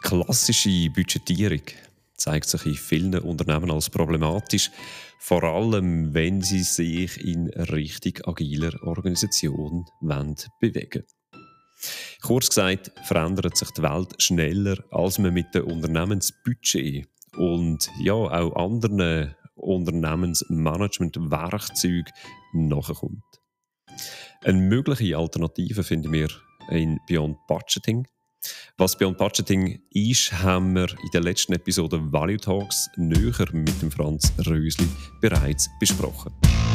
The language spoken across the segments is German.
klassische Budgetierung zeigt sich in vielen Unternehmen als problematisch, vor allem wenn sie sich in Richtung agiler Organisation bewegen. Kurz gesagt, verändert sich die Welt schneller, als man mit dem Unternehmensbudget und auch anderen Unternehmensmanagement-Werkzeugen nachkommt. Eine mögliche Alternative finden wir in Beyond Budgeting. Was Beyond Budgeting ist, haben wir in der letzten Episode Value Talks näher mit dem Franz Rösli bereits besprochen.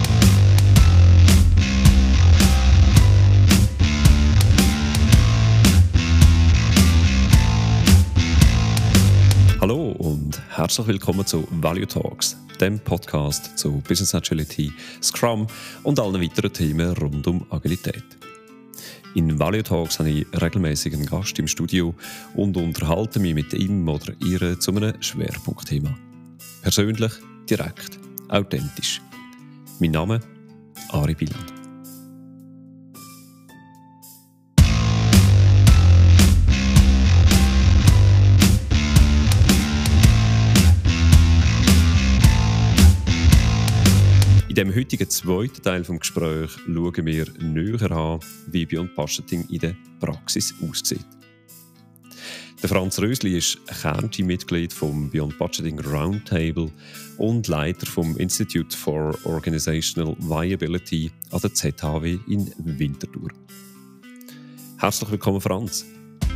Hallo und herzlich willkommen zu Value Talks, dem Podcast zu Business Agility, Scrum und allen weiteren Themen rund um Agilität. In Value Talks habe ich regelmäßig einen Gast im Studio und unterhalte mich mit ihm oder ihr zu einem Schwerpunktthema. Persönlich, direkt, authentisch. Mein Name: Ari Bieland. In dem heutigen zweiten Teil des Gesprächs schauen wir näher an, wie Beyond Budgeting in der Praxis aussieht. Der Franz Rösli ist Kernteammitglied vom Beyond Budgeting Roundtable und Leiter vom Institute for Organizational Viability an der ZHW in Winterthur. Herzlich willkommen, Franz.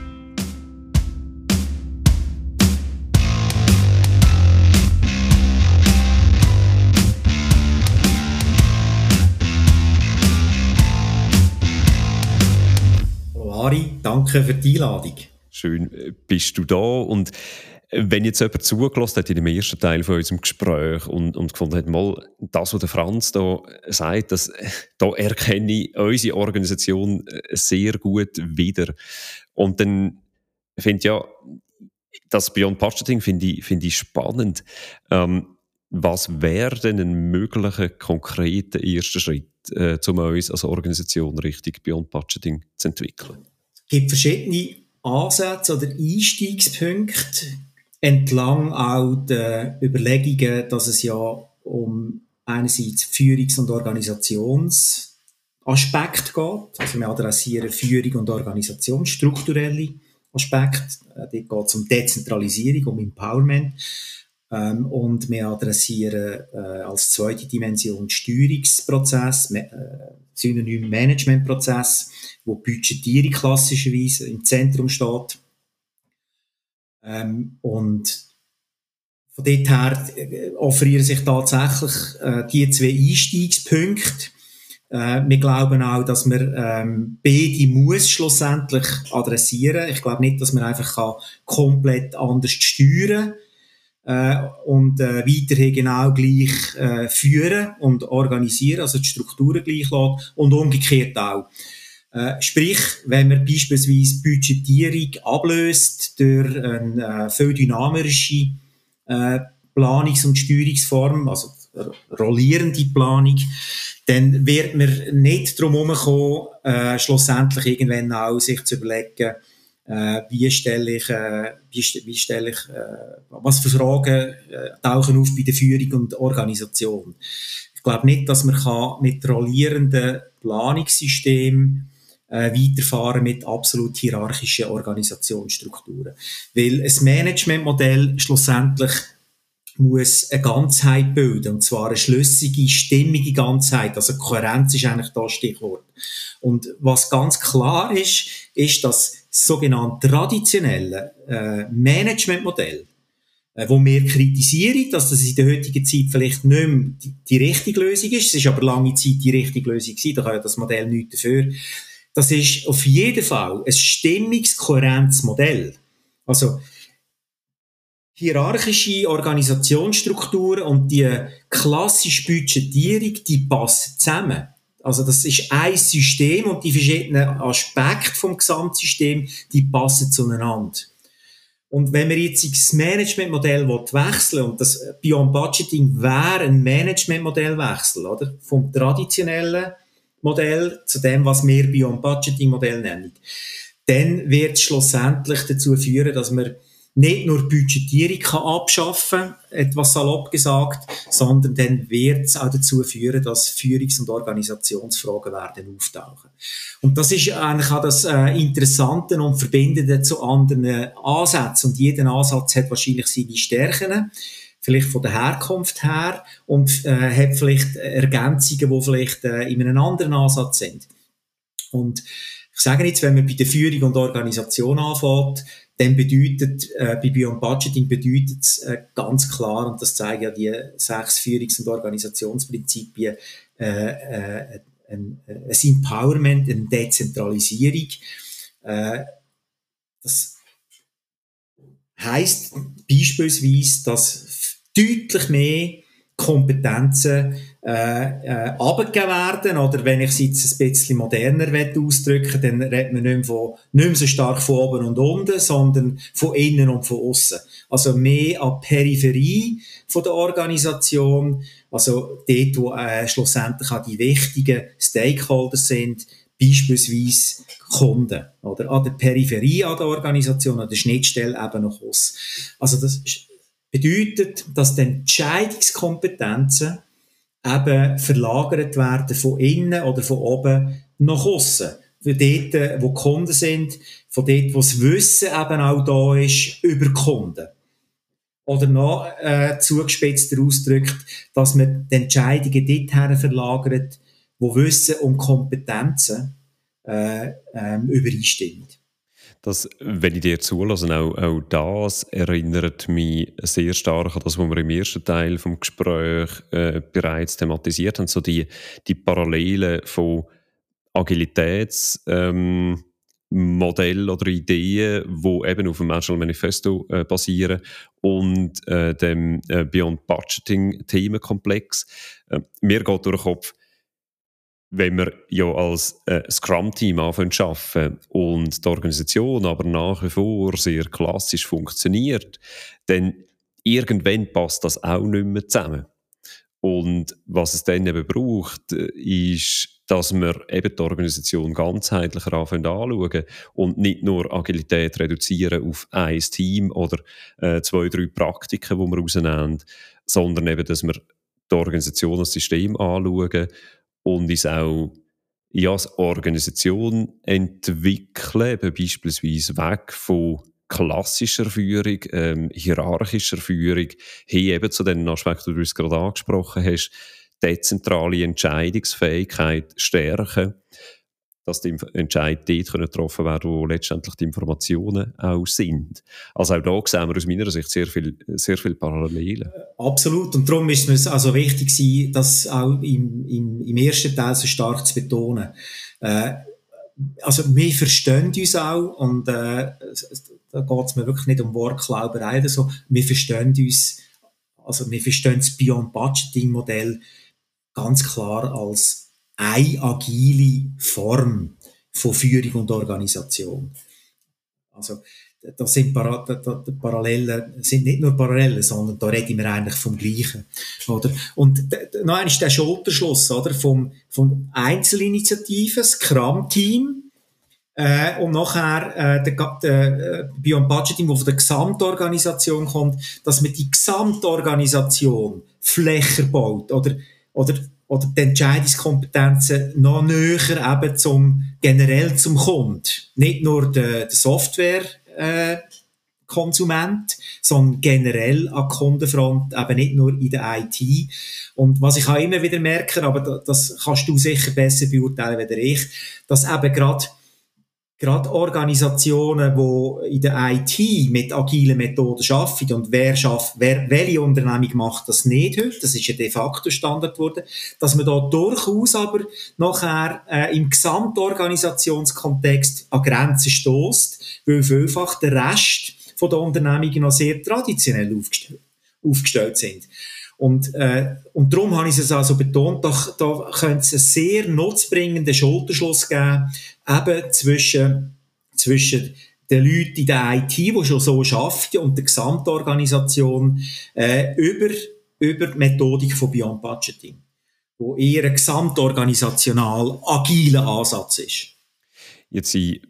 Ari, danke für die Einladung. Schön, bist du da. Und wenn jetzt jemand zugelassen hat in dem ersten Teil von unserem Gespräch und gefunden hat, mal das, was der Franz da sagt, da erkenne ich unsere Organisation sehr gut wieder. Und dann finde ich ja, das Beyond Budgeting finde ich spannend. Was wäre denn ein möglicher, konkreter erster Schritt, um uns als Organisation Richtung Beyond Budgeting zu entwickeln? Es gibt verschiedene Ansätze oder Einstiegspunkte entlang auch der Überlegungen, dass es ja um einerseits Führungs- und Organisationsaspekte geht. Also wir adressieren Führung und Organisation, strukturelle Aspekte. Dort geht es um Dezentralisierung, um Empowerment. Und wir adressieren als zweite Dimension Steuerungsprozess, Synonym Managementprozess, wo Budgetierung klassischerweise im Zentrum steht. Und von dort her offerieren sich tatsächlich die zwei Einstiegspunkte. Wir glauben auch, dass man beide muss schlussendlich adressieren. Ich glaube nicht, dass man einfach komplett anders steuern und weiterhin genau gleich führen und organisieren, also die Strukturen gleich lassen und umgekehrt auch. Sprich, wenn man beispielsweise Budgetierung ablöst durch eine viel dynamische Planungs- und Steuerungsform, also rollierende Planung, dann wird man nicht drum herumkommen, schlussendlich irgendwann auch sich zu überlegen, was für Fragen tauchen auf bei der Führung und Organisation. Ich glaube nicht, dass man mit rollierenden Planungssystemen weiterfahren mit absolut hierarchischen Organisationsstrukturen. Weil ein Managementmodell schlussendlich muss eine Ganzheit bilden, und zwar eine schlüssige, stimmige Ganzheit. Also Kohärenz ist eigentlich das Stichwort. Und was ganz klar ist, dass das sogenannte traditionelle Managementmodell, wo wir kritisieren, dass das in der heutigen Zeit vielleicht nicht mehr die richtige Lösung ist. Es ist aber lange Zeit die richtige Lösung gewesen, da kann ja das Modell nichts dafür. Das ist auf jeden Fall ein stimmiges, kohärentes Modell. Also hierarchische Organisationsstrukturen und die klassische Budgetierung, die passen zusammen. Also das ist ein System und die verschiedenen Aspekte vom Gesamtsystem, die passen zueinander. Und wenn wir jetzt das Managementmodell wechseln, und das Beyond Budgeting wäre ein Managementmodellwechsel, oder? Vom traditionellen Modell zu dem, was wir Beyond Budgeting Modell nennen, dann wird es schlussendlich dazu führen, dass wir nicht nur Budgetierung kann abschaffen, etwas salopp gesagt, sondern dann wird es auch dazu führen, dass Führungs- und Organisationsfragen werden auftauchen. Und das ist eigentlich auch das Interessante und Verbindende zu anderen Ansätzen. Und jeder Ansatz hat wahrscheinlich seine Stärken, vielleicht von der Herkunft her, und hat vielleicht Ergänzungen, die vielleicht in einem anderen Ansatz sind. Und ich sage jetzt, wenn man bei der Führung und Organisation anfängt, dann bedeutet, bei Beyond Budgeting bedeutet es ganz klar, und das zeigen ja die 6 Führungs- und Organisationsprinzipien, ein Empowerment, eine Dezentralisierung. Das heisst beispielsweise, dass deutlich mehr Kompetenzen abgegeben werden, oder wenn ich es jetzt ein bisschen moderner ausdrücken, dann redet man nicht mehr so stark von oben und unten, sondern von innen und von außen. Also mehr an die Peripherie von der Organisation, also dort, wo schlussendlich auch die wichtigen Stakeholders sind, beispielsweise Kunden, oder an der Peripherie an der Organisation, an der Schnittstelle eben nach außen. Also das bedeutet, dass die Entscheidungskompetenzen eben verlagert werden von innen oder von oben nach außen. Von dort, wo die Kunden sind, von dort, wo das Wissen eben auch da ist über Kunden. Oder noch zugespitzter ausgedrückt, dass man die Entscheidungen dorthin verlagert, wo Wissen und Kompetenzen übereinstimmen. Das, wenn ich dir zulasse, auch das erinnert mich sehr stark an das, was wir im ersten Teil des Gesprächs bereits thematisiert haben, so die Parallelen von Agilitätsmodellen oder Ideen, die eben auf dem Agile Manifesto basieren, und dem Beyond Budgeting Themenkomplex. Mir geht durch den Kopf, wenn wir ja als Scrum-Team anfangen zu arbeiten und die Organisation aber nach wie vor sehr klassisch funktioniert, dann irgendwann passt das auch nicht mehr zusammen. Und was es dann eben braucht, ist, dass wir eben die Organisation ganzheitlicher anschauen und nicht nur Agilität reduzieren auf ein Team oder 2, 3 Praktiken, die wir rausnehmen, sondern eben, dass wir die Organisation als System anschauen und uns auch als Organisation entwickeln, eben beispielsweise weg von klassischer Führung, hierarchischer Führung, hin eben zu den Aspekten, die du uns gerade angesprochen hast, dezentrale Entscheidungsfähigkeit stärken, dass die Entscheidungen dort getroffen werden können, wo letztendlich die Informationen auch sind. Also auch da sehen wir aus meiner Sicht sehr viel Parallelen. Absolut. Und darum ist es also wichtig, das auch im ersten Teil so stark zu betonen. Also wir verstehen uns auch, und da geht es mir wirklich nicht um Wortklauberei oder so. Wir verstehen das Beyond Budgeting Modell ganz klar als eine agile Form von Führung und Organisation. Also, das sind Parallelen, sind nicht nur Parallelen, sondern da reden wir eigentlich vom Gleichen, oder? Und noch einmal ist der Schulterschluss, oder? Vom Einzelinitiativen, Scrum-Team, und nachher der Beyond Budgeting, wo von der Gesamtorganisation kommt, dass man die Gesamtorganisation flächer baut, oder die Entscheidungskompetenzen noch näher eben generell zum Kunden. Nicht nur der Software, Konsument, sondern generell an Kundenfront, eben nicht nur in der IT. Und was ich auch immer wieder merke, aber das kannst du sicher besser beurteilen als ich, dass eben gerade Organisationen, die in der IT mit agilen Methoden arbeiten, und welche Unternehmung macht das nicht heute, das ist ja de facto Standard geworden, dass man da durchaus aber nachher im Gesamtorganisationskontext an Grenzen stösst, weil vielfach der Rest von der Unternehmungen noch sehr traditionell aufgestellt sind. Und darum habe ich es also betont, da könnte es einen sehr nutzbringenden Schulterschluss geben, eben zwischen den Leuten in der IT, die schon so arbeiten, und der Gesamtorganisation, über die Methodik von Beyond Budgeting, wo eher ein gesamtorganisational agiler Ansatz ist. Jetzt sind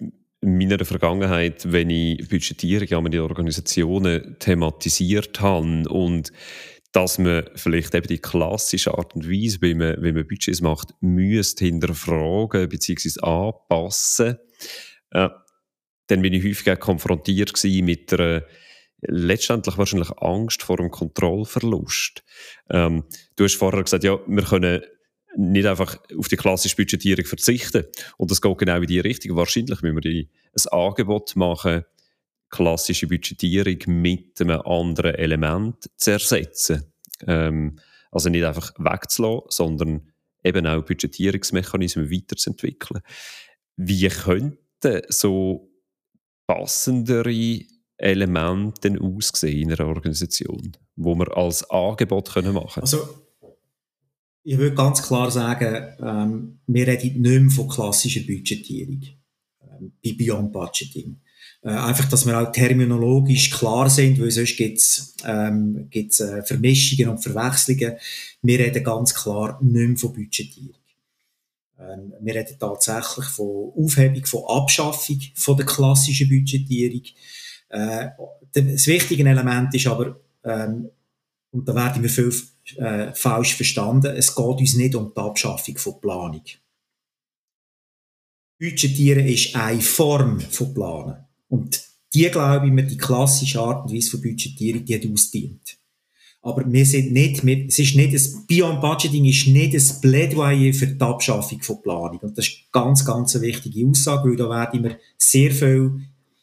in meiner Vergangenheit, wenn ich Budgetierung an meine Organisationen thematisiert habe und dass man vielleicht eben die klassische Art und Weise, wie man Budgets macht, müsste hinterfragen bzw. anpassen, dann bin ich häufig auch konfrontiert gewesen mit einer letztendlich wahrscheinlich Angst vor dem Kontrollverlust. Du hast vorher gesagt, ja, wir können nicht einfach auf die klassische Budgetierung verzichten. Und das geht genau in die Richtung. Wahrscheinlich müssen wir ein Angebot machen, klassische Budgetierung mit einem anderen Element zu ersetzen. Also nicht einfach wegzulassen, sondern eben auch Budgetierungsmechanismen weiterzuentwickeln. Wie könnten so passendere Elemente aussehen in einer Organisation, wo wir als Angebot machen können? Also, ich würde ganz klar sagen, wir reden nicht mehr von klassischer Budgetierung, bei Beyond Budgeting. Einfach, dass wir auch terminologisch klar sind, weil sonst gibt's Vermischungen und Verwechslungen. Wir reden ganz klar nicht mehr von Budgetierung. Wir reden tatsächlich von Aufhebung, von Abschaffung von der klassischen Budgetierung. Das wichtige Element ist aber, und da werden wir viel falsch verstanden, es geht uns nicht um die Abschaffung von Planung. Budgetieren ist eine Form von Planen. Und die, glaube ich, mir die klassische Art und Weise von Budgetierung, die hat ausdient. Aber es ist nicht Beyond Budgeting ist nicht ein Plädoyer für die Abschaffung von Planung. Und das ist ganz, ganz eine wichtige Aussage, weil da werden wir sehr viel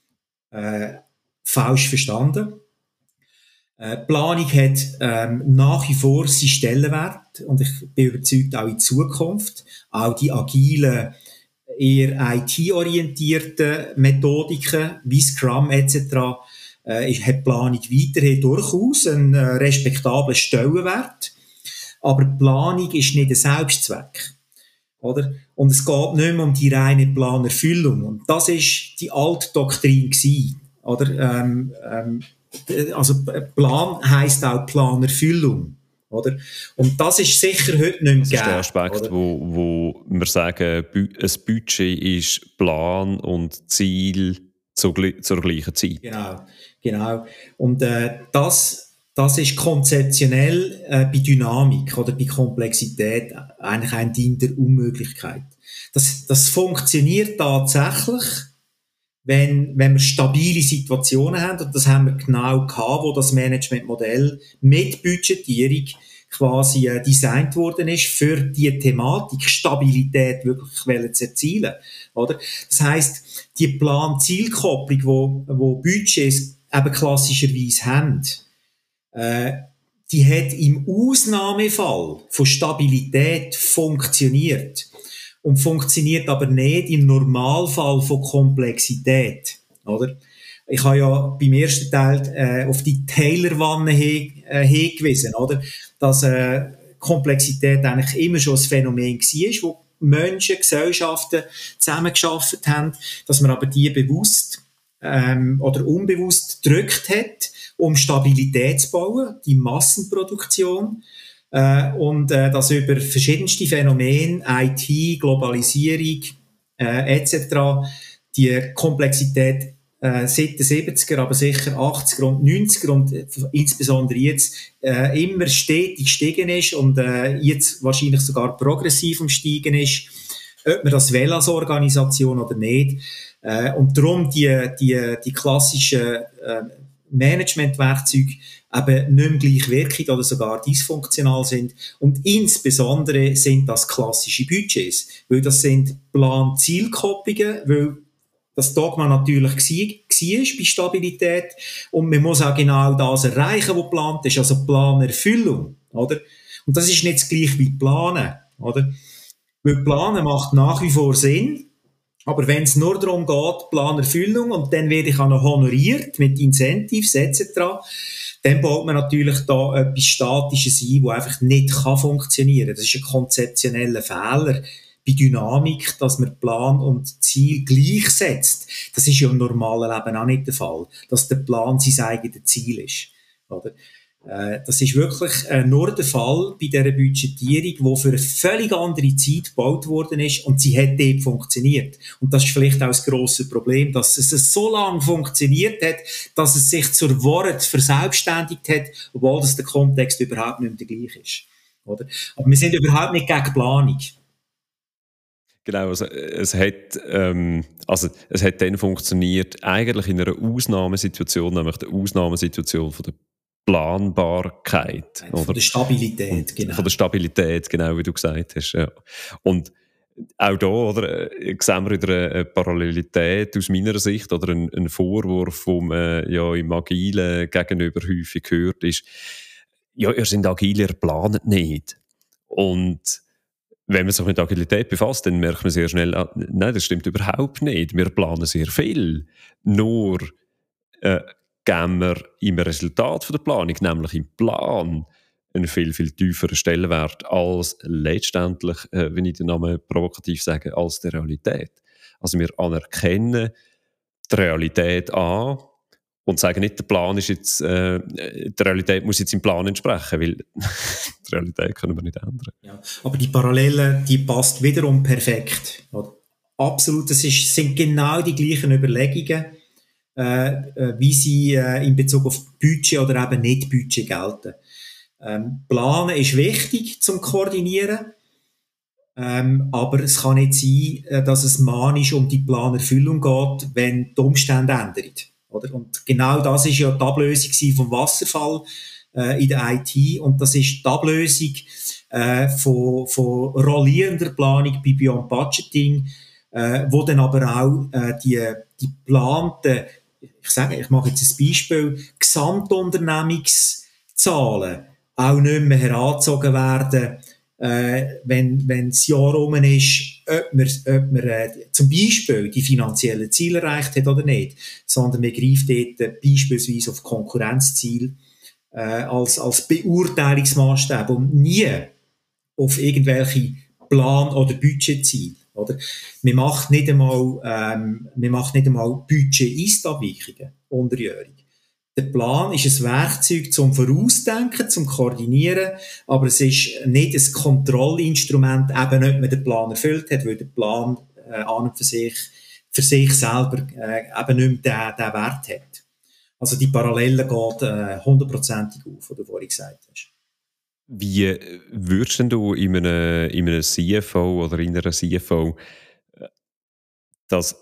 falsch verstanden. Planung hat nach wie vor seinen Stellenwert und ich bin überzeugt, auch in Zukunft. Auch die agilen, eher IT-orientierten Methodiken wie Scrum etc. Hat Planung weiterhin durchaus einen respektablen Stellenwert. Aber Planung ist nicht ein Selbstzweck. Oder? Und es geht nicht mehr um die reine Planerfüllung. Und das ist die alte Doktrin gewesen. Oder? Also Plan heisst auch Planerfüllung. Oder? Und das ist sicher heute nicht mehr gegeben. Das ist der Aspekt, wo wir sagen, ein Budget ist Plan und Ziel zur gleichen Zeit. Genau. Und das ist konzeptionell bei Dynamik oder bei Komplexität eigentlich ein Ding der Unmöglichkeit. Das funktioniert tatsächlich, wenn wir stabile Situationen haben, und das haben wir genau gehabt, wo das Managementmodell mit Budgetierung quasi designt worden ist, für die Thematik Stabilität wirklich zu erzielen, oder? Das heisst, die Plan-Zielkopplung, wo Budgets eben klassischerweise haben, die hat im Ausnahmefall von Stabilität funktioniert. Und funktioniert aber nicht im Normalfall von Komplexität, oder? Ich habe ja beim ersten Teil auf die Taylor-Wanne hingewiesen, oder? Dass Komplexität eigentlich immer schon ein Phänomen war, wo Menschen, Gesellschaften zusammengearbeitet haben, dass man aber die bewusst oder unbewusst gedrückt hat, um Stabilität zu bauen, die Massenproduktion. Und das über verschiedenste Phänomene, IT, Globalisierung etc., die Komplexität seit den 70er, aber sicher 80er und 90er und insbesondere jetzt immer stetig gestiegen ist und jetzt wahrscheinlich sogar progressiv am Steigen ist, ob man das will als Organisation oder nicht. Und darum die klassischen Managementwerkzeuge eben nicht mehr gleich wirkend oder sogar dysfunktional sind. Und insbesondere sind das klassische Budgets, weil das sind Plan-Zielkopplungen, weil das Dogma natürlich war bei Stabilität und man muss auch genau das erreichen, was geplant ist, also Planerfüllung, oder? Und das ist nicht das gleiche wie Planen, oder? Weil Planen macht nach wie vor Sinn, aber wenn es nur darum geht, Planerfüllung und dann werde ich auch noch honoriert mit Incentives etc., dann baut man natürlich da etwas Statisches ein, das einfach nicht funktionieren kann. Das ist ein konzeptioneller Fehler bei Dynamik, dass man Plan und Ziel gleichsetzt. Das ist ja im normalen Leben auch nicht der Fall, dass der Plan sein eigenes Ziel ist. Oder? Das ist wirklich nur der Fall bei dieser Budgetierung, die für eine völlig andere Zeit gebaut worden ist und sie hat dort funktioniert. Und das ist vielleicht auch das grosse Problem, dass es so lange funktioniert hat, dass es sich zur Wort verselbstständigt hat, obwohl das der Kontext überhaupt nicht mehr der gleiche ist. Oder? Aber wir sind überhaupt nicht gegen Planung. Genau, also es hat dann funktioniert, eigentlich in einer Ausnahmesituation, nämlich der Ausnahmesituation von der Planbarkeit. Von oder? Der Stabilität, genau. Von der Stabilität, genau wie du gesagt hast. Ja. Und auch da oder, sehen wir wieder eine Parallelität aus meiner Sicht oder einen Vorwurf, den man ja im Agilen gegenüber häufig hört, ist, ja, ihr seid agil, ihr planet nicht. Und wenn man sich mit Agilität befasst, dann merkt man sehr schnell, nein, das stimmt überhaupt nicht. Wir planen sehr viel. Nur geben wir im Resultat von der Planung, nämlich im Plan, einen viel, viel tieferen Stellenwert als letztendlich, wenn ich den Namen provokativ sage, als der Realität. Also wir anerkennen die Realität an und sagen nicht, der Plan ist jetzt, die Realität muss jetzt im Plan entsprechen, weil die Realität können wir nicht ändern. Ja, aber die Parallele, die passt wiederum perfekt. Absolut, sind genau die gleichen Überlegungen, wie sie in Bezug auf Budget oder eben nicht Budget gelten. Planen ist wichtig zum Koordinieren, aber es kann nicht sein, dass es manisch um die Planerfüllung geht, wenn die Umstände ändern. Oder? Und genau das ist ja die Ablösung vom Wasserfall in der IT und das ist die Ablösung von rollierender Planung bei Beyond Budgeting, wo dann aber auch die geplanten, ich mache jetzt ein Beispiel, Gesamtunternehmungszahlen auch nicht mehr herangezogen werden, wenn das Jahr rum ist, ob man zum Beispiel die finanziellen Ziele erreicht hat oder nicht, sondern man greift dort beispielsweise auf Konkurrenzziel als Beurteilungsmaßstab und nie auf irgendwelche Plan- oder Budgetziele. Oder? Man macht nicht einmal Budget-Ist-Abweichungen unterjährig. Der Plan ist ein Werkzeug zum Vorausdenken, zum Koordinieren, aber es ist nicht ein Kontrollinstrument, eben ob man den Plan erfüllt hat, weil der Plan an und für sich selber eben nicht mehr den Wert hat. Also die Parallele geht 100%ig auf, was du vorhin gesagt hast. Wie würdest denn du in einem CFO oder in einer CFO das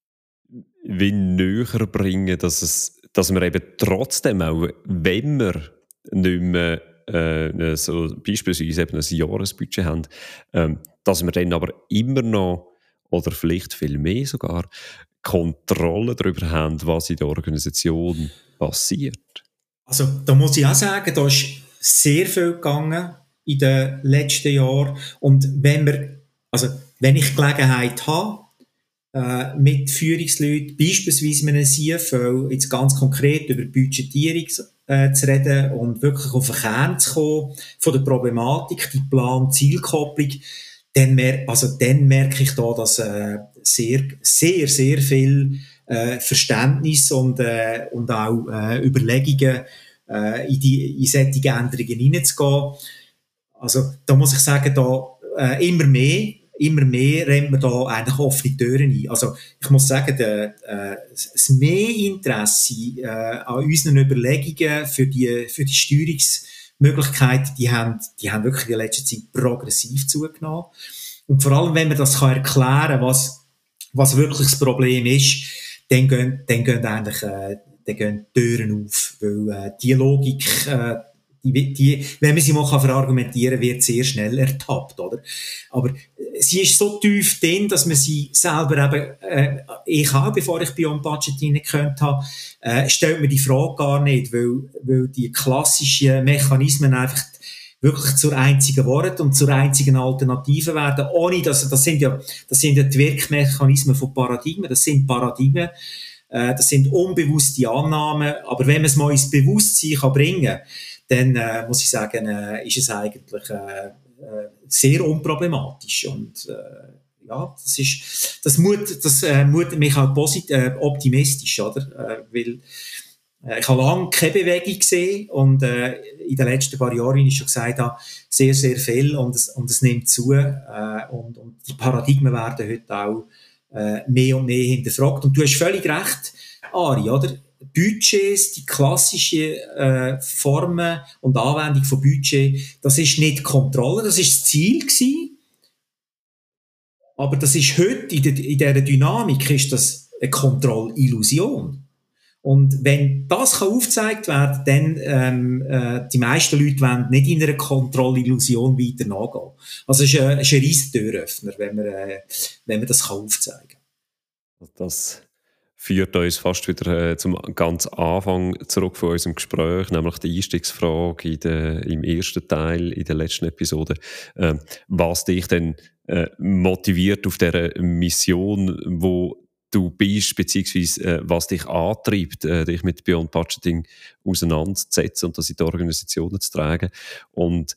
wie näher bringen, dass wir eben trotzdem auch, wenn wir nicht mehr so beispielsweise eben ein Jahresbudget haben, dass wir dann aber immer noch oder vielleicht viel mehr sogar Kontrolle darüber haben, was in der Organisation passiert? Also da muss ich auch sagen, da ist sehr viel gegangen in den letzten Jahren und wenn ich Gelegenheit habe, mit Führungsleuten, beispielsweise mit einem CFO, jetzt ganz konkret über Budgetierung zu reden und wirklich auf den Kern zu kommen von der Problematik, die Plan-Zielkopplung, dann merke ich da, dass sehr, sehr, sehr viel Verständnis und auch Überlegungen in solche Änderungen hineinzugehen. Also da muss ich sagen, immer mehr rennt man da eigentlich offene Türen ein. Also ich muss sagen, das Mehrinteresse an unseren Überlegungen für die Steuerungsmöglichkeiten, die haben wirklich in letzter Zeit progressiv zugenommen. Und vor allem, wenn man das erklären kann, was wirklich das Problem ist, dann gehen Türen auf, weil die Logik, wenn man sie mal verargumentieren kann, wird sehr schnell ertappt, oder? Aber sie ist so tief drin, dass man sie selber eben, ich auch, bevor ich Beyond Budgeting gekannt habe, stellt mir die Frage gar nicht, weil die klassischen Mechanismen einfach wirklich zur einzigen Wort und zur einzigen Alternative werden, ohne dass, das sind ja die Wirkmechanismen von Paradigmen, das sind Paradigmen, das sind unbewusste Annahmen, aber wenn man es mal ins Bewusstsein bringen kann, dann muss ich sagen, ist es eigentlich sehr unproblematisch und ja, das mutet mich auch optimistisch, oder? Weil Ich habe lange keine Bewegung gesehen und in den letzten paar Jahren, wie ich schon gesagt habe, sehr, sehr viel und es nimmt zu und die Paradigmen werden heute auch mehr und mehr hinterfragt. Und du hast völlig recht, Ari, oder? Budgets, die klassischen Formen und Anwendung von Budget, das ist nicht Kontrolle, das ist das Ziel gewesen. Aber das ist heute, in dieser Dynamik, ist das eine Kontrollillusion. Und wenn das aufgezeigt werden kann, dann die meisten Leute wollen nicht in einer Kontrollillusion weiter nachgehen. Also es ist ein riesen Türöffner, wenn man das aufzeigen kann. Das führt uns fast wieder zum ganz Anfang zurück von unserem Gespräch, nämlich die Einstiegsfrage im ersten Teil, in der letzten Episode. Was dich denn motiviert auf dieser Mission, wo du bist, beziehungsweise was dich antreibt, dich mit Beyond Budgeting auseinanderzusetzen und das in die Organisationen zu tragen. Und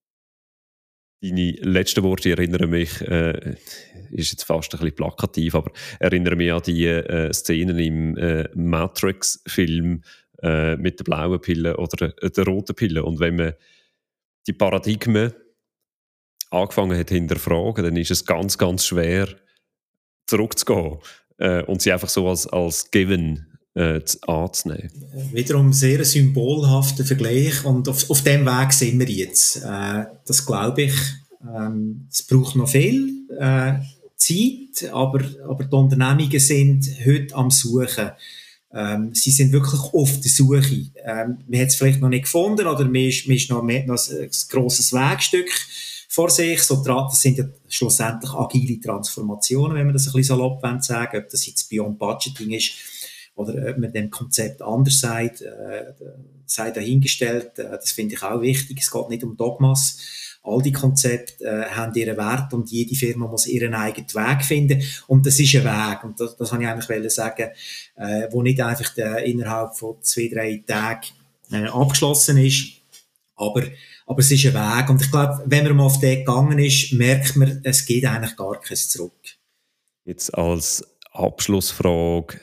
deine letzten Worte erinnern mich, ist jetzt fast ein bisschen plakativ, aber erinnern mich an die Szenen im Matrix-Film mit der blauen Pille oder der roten Pille. Und wenn man die Paradigmen angefangen hat hinterfragen, dann ist es ganz, ganz schwer, zurückzugehen und sie einfach so als Given anzunehmen. Wiederum sehr ein symbolhafter Vergleich und auf dem Weg sind wir jetzt. Das glaube ich. Es braucht noch viel Zeit, aber die Unternehmungen sind heute am Suchen. Sie sind wirklich auf der Suche. Man hat es vielleicht noch nicht gefunden oder man ist noch ein grosses Wegstück vor sich. Das sind ja schlussendlich agile Transformationen, wenn man das ein bisschen salopp sagen will, ob das jetzt Beyond Budgeting ist oder ob man dem Konzept anders sagt, sei dahingestellt. Das finde ich auch wichtig. Es geht nicht um Dogmas. All die Konzepte haben ihren Wert und jede Firma muss ihren eigenen Weg finden. Und das ist ein Weg. Und das wollte ich eigentlich sagen, wo nicht einfach innerhalb von 2-3 Tagen abgeschlossen ist. Aber es ist ein Weg. Und ich glaube, wenn man mal auf den gegangen ist, merkt man, es geht eigentlich gar keins zurück. Jetzt als Abschlussfrage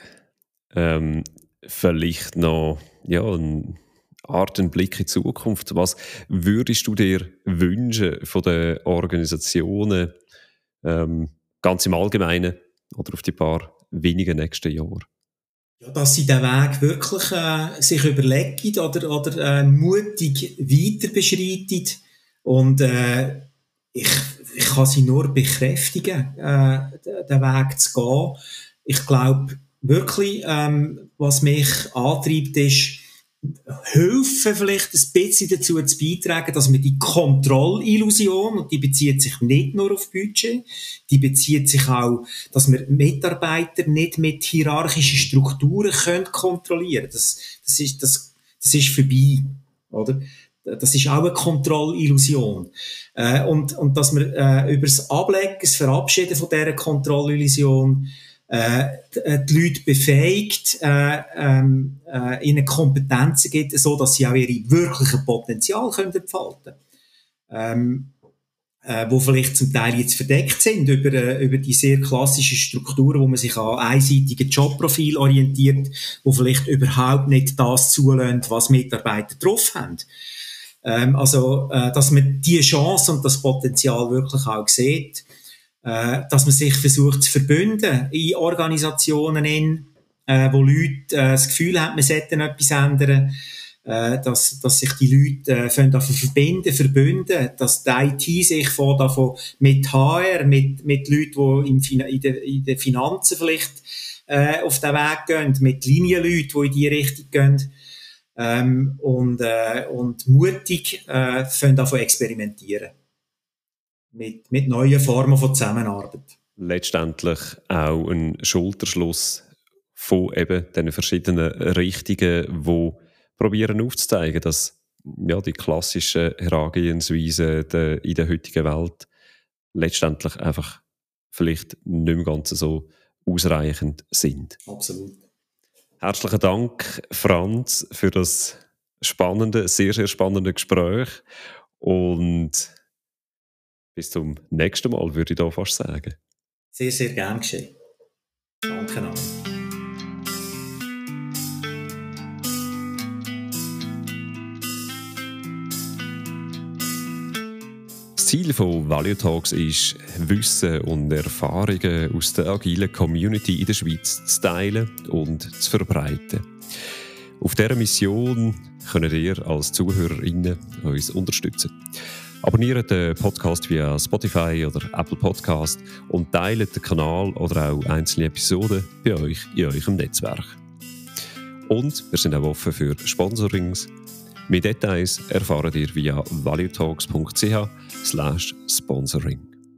vielleicht noch eine Art einen Blick in die Zukunft. Was würdest du dir wünschen von den Organisationen ganz im Allgemeinen oder auf die paar wenigen nächsten Jahre? Ja, dass sie den Weg wirklich sich überlegen oder mutig weiter beschreiten. Und ich kann sie nur bekräftigen, den Weg zu gehen. Ich glaube wirklich, was mich antreibt, ist, helfen vielleicht ein bisschen dazu zu beitragen, dass man die Kontrollillusion, und die bezieht sich nicht nur auf Budget, die bezieht sich auch, dass wir Mitarbeiter nicht mit hierarchischen Strukturen kontrollieren können. Das ist vorbei, oder? Das ist auch eine Kontrollillusion. Und dass wir über das Ablegen, das Verabschieden von dieser Kontrollillusion die Leute befähigt, ihnen Kompetenzen gibt, so dass sie auch ihre wirklichen Potenzial können entfalten können. Wo vielleicht zum Teil jetzt verdeckt sind über die sehr klassischen Strukturen, wo man sich an einseitigen Jobprofil orientiert, wo vielleicht überhaupt nicht das zulässt, was Mitarbeiter drauf haben. Dass man die Chance und das Potenzial wirklich auch sieht, dass man sich versucht zu verbünden in Organisationen, wo Leute das Gefühl haben, man sollte etwas ändern, dass sich die Leute verbünden, dass die IT sich davon mit HR, mit Leuten, die in den Finanzen vielleicht auf den Weg gehen, mit Linienleuten, die in die Richtung gehen, und mutig davon experimentieren. Mit neuen Formen von Zusammenarbeit. Letztendlich auch ein Schulterschluss von eben diesen verschiedenen Richtungen, die probieren aufzuzeigen, dass die klassischen Herangehensweisen in der heutigen Welt letztendlich einfach vielleicht nicht mehr ganz so ausreichend sind. Absolut. Herzlichen Dank, Franz, für das spannende, sehr, sehr spannende Gespräch und bis zum nächsten Mal, würde ich da fast sagen. Sehr, sehr gern geschehen. Danke auch. Ziel von Value Talks ist, Wissen und Erfahrungen aus der agilen Community in der Schweiz zu teilen und zu verbreiten. Auf dieser Mission könnt ihr als ZuhörerInnen uns unterstützen. Abonniert den Podcast via Spotify oder Apple Podcast und teilt den Kanal oder auch einzelne Episoden bei euch in eurem Netzwerk. Und wir sind auch offen für Sponsorings. Mehr Details erfahrt ihr via valuetalks.ch/sponsoring.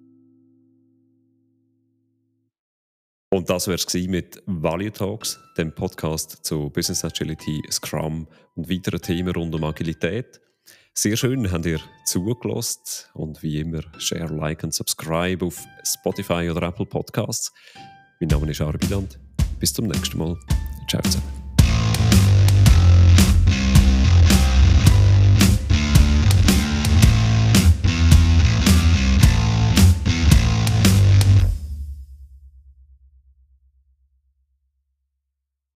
Und das wäre es mit Value Talks, dem Podcast zu Business Agility, Scrum und weiteren Themen rund um Agilität. Sehr schön, habt ihr zugelassen und wie immer share, like und subscribe auf Spotify oder Apple Podcasts. Mein Name ist Arbiland. Bis zum nächsten Mal. Ciao zusammen.